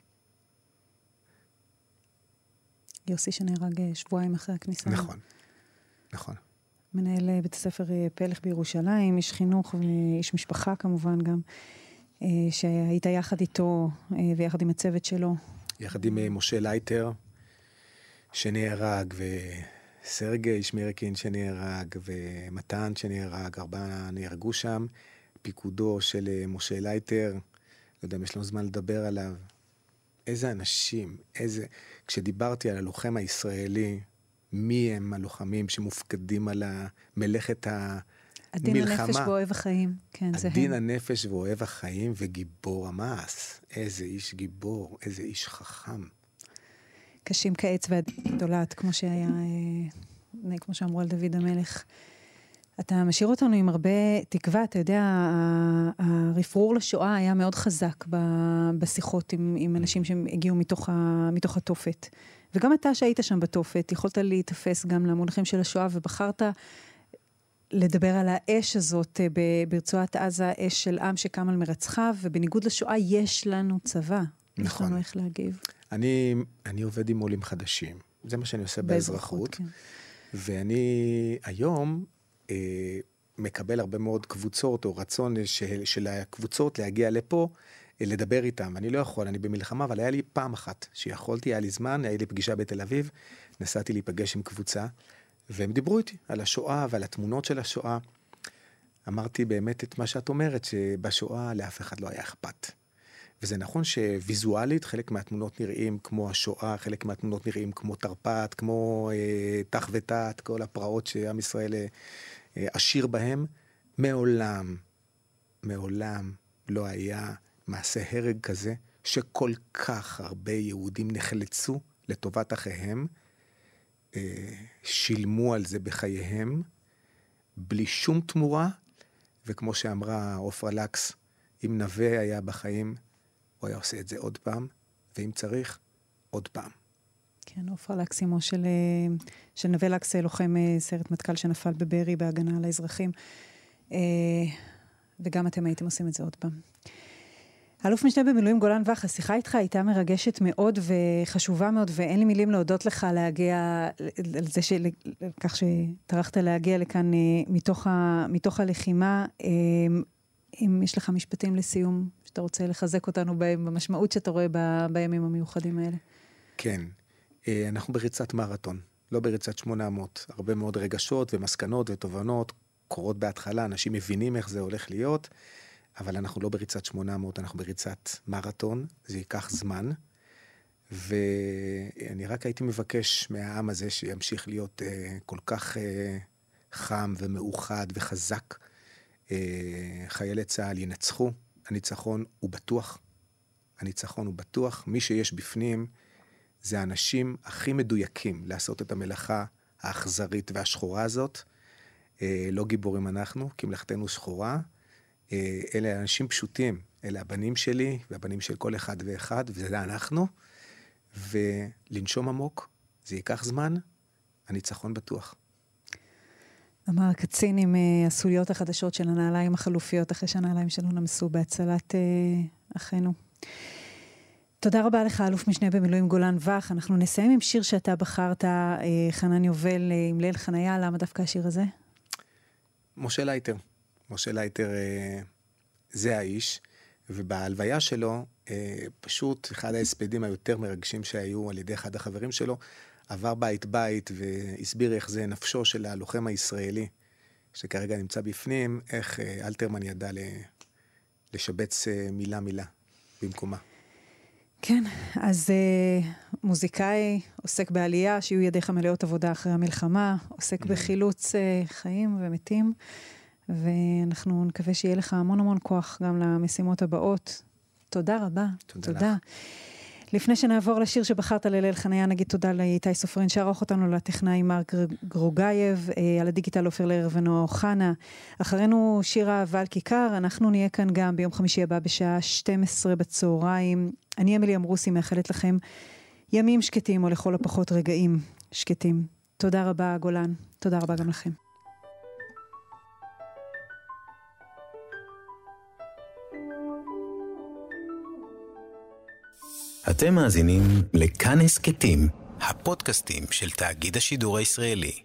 יוסי שנהרג שבועיים אחרי הכניסה. נכון, נכון. מנהל בית הספר פלך בירושלים, איש חינוך ואיש משפחה כמובן גם, שהיית יחד איתו ויחד עם הצוות שלו. יחד עם משה לייטר, שנהרג, וסרגי שמירקין שנהרג, ומתן שנהרג, 4 נהרגו שם. פיקודו של משה לייטר, לא יודע אם יש לנו זמן לדבר עליו. איזה אנשים, כשדיברתי על הלוחם הישראלי, מי הם הלוחמים שמופקדים על מלאכת המלחמה? הדין הנפש ואוהב החיים, כן, זה הם. הדין הנפש ואוהב החיים וגיבור המעש. איזה איש גיבור, איזה איש חכם. קשים כעץ והדולת, כמו שהיה, כמו שאמרו על דוד המלך. אתה משאיר אותנו עם הרבה תקווה, אתה יודע, הרפרור לשואה היה מאוד חזק בשיחות עם אנשים שהגיעו מתוך התופת. וגם אתה שהיית שם בתופת, יכולת להתאפס גם למונחים של השואה, ובחרת לדבר על האש הזאת ברצועת עזה, אש של עם שקם על מרצחיו, ובניגוד לשואה יש לנו צבא. נכון. יש לנו איך להגיב. אני עובד עם עולים חדשים. זה מה שאני עושה באזרחות. כן. ואני היום מקבל הרבה מאוד קבוצות, או רצון של הקבוצות להגיע לפה, לדבר איתם. אני לא יכול, אני במלחמה, אבל היה לי פעם אחת שיכולתי, היה לי זמן, היה לי פגישה בתל אביב, נסעתי להיפגש עם קבוצה, והם דיברו איתי על השואה ועל התמונות של השואה. אמרתי באמת את מה שאת אומרת, שבשואה לאף אחד לא היה אכפת. וזה נכון שוויזואלית חלק מהתמונות נראים כמו השואה, חלק מהתמונות נראים כמו תרפ"ט, כמו תח ותת, כל הפרעות שעם ישראל עשיר בהם. מעולם לא היה מעשה הרג כזה, שכל כך הרבה יהודים נחלצו לטובת אחיהם, שילמו על זה בחייהם, בלי שום תמורה, וכמו שאמרה עופרה לקס, אם נווה היה בחיים, הוא היה עושה את זה עוד פעם, ואם צריך, עוד פעם. כן, עופרה לקס, אמו של נווה לקס, לוחם סיירת מטכ"ל שנפל בבארי בהגנה על האזרחים, וגם אתם הייתם עושים את זה עוד פעם. אלוף משנה במילואים גולן וח, השיחה איתך הייתה מרגשת מאוד וחשובה מאוד, ואין לי מילים להודות לך להגיע, על זה כך שטרחת להגיע לכאן מתוך הלחימה. אם יש לך משפטים לסיום, שאתה רוצה לחזק אותנו בהם, במשמעות שאתה רואה בימים המיוחדים האלה. כן, אנחנו בריצת מרתון, לא בריצת 800. הרבה מאוד רגשות ומסקנות ותובנות קורות בהתחלה, אנשים מבינים איך זה הולך להיות, אבל אנחנו לא בריצת 800, אנחנו בריצת מרתון, זה ייקח זמן, ואני רק הייתי מבקש מהעם הזה שימשיך להיות כל כך חם ומאוחד וחזק. חיילי צה"ל ינצחו, הניצחון הוא בטוח, הניצחון הוא בטוח, מי שיש בפנים זה האנשים הכי מדויקים לעשות את המלאכה האכזרית והשחורה הזאת, לא גיבורים אנחנו, כי מלאכתנו שחורה, אלה אנשים פשוטים, אלה הבנים שלי והבנים של כל אחד ואחד, וזה אנחנו, ולנשום עמוק, זה ייקח זמן, הניצחון בטוח. אמר הקצין עם הסוליות החדשות של הנעליים החלופיות, אחרי שהנעליים שלנו נמסו בהצלת אחינו. תודה רבה לך, אלוף משנה במילואים גולן וח. אנחנו נסיים עם שיר שאתה בחרת, חנן יובל, עם ליל חניה. למה דווקא השיר הזה? משה לייטר. משה לייטר זה האיש, ובהלוויה שלו, פשוט אחד ההספדים היותר מרגשים שהיו על ידי אחד החברים שלו, עבר בית בית והסביר איך זה נפשו של הלוחם הישראלי, שכרגע נמצא בפנים, איך אלתרמן ידע לשבץ מילה במקומה. כן, אז מוזיקאי עוסק בעלייה, שיהיו ידיך מלאות עבודה אחרי המלחמה, עוסק בחילוץ חיים ומתים, ואנחנו נקווה שיהיה לך המון המון כוח גם למשימות הבאות. תודה רבה. תודה לך. לפני שנעבור לשיר שבחרת לליל חניה, נגיד תודה לאיתי סופרין שערך אותנו, לטכנאי מרק גרוגייב, על הדיגיטל עופר לרר ונועה אוחנה. אחרינו שירה אבל כיכר, אנחנו נהיה כאן גם ביום חמישי הבא בשעה 12 בצהריים. אני אמיליאם רוסי, מאחלת לכם ימים שקטים, או לכל הפחות רגעים שקטים. תודה רבה גולן, תודה רבה גם לכם. אתם מאזינים לכאן הסכתים, הפודקאסטים של תאגיד השידור הישראלי.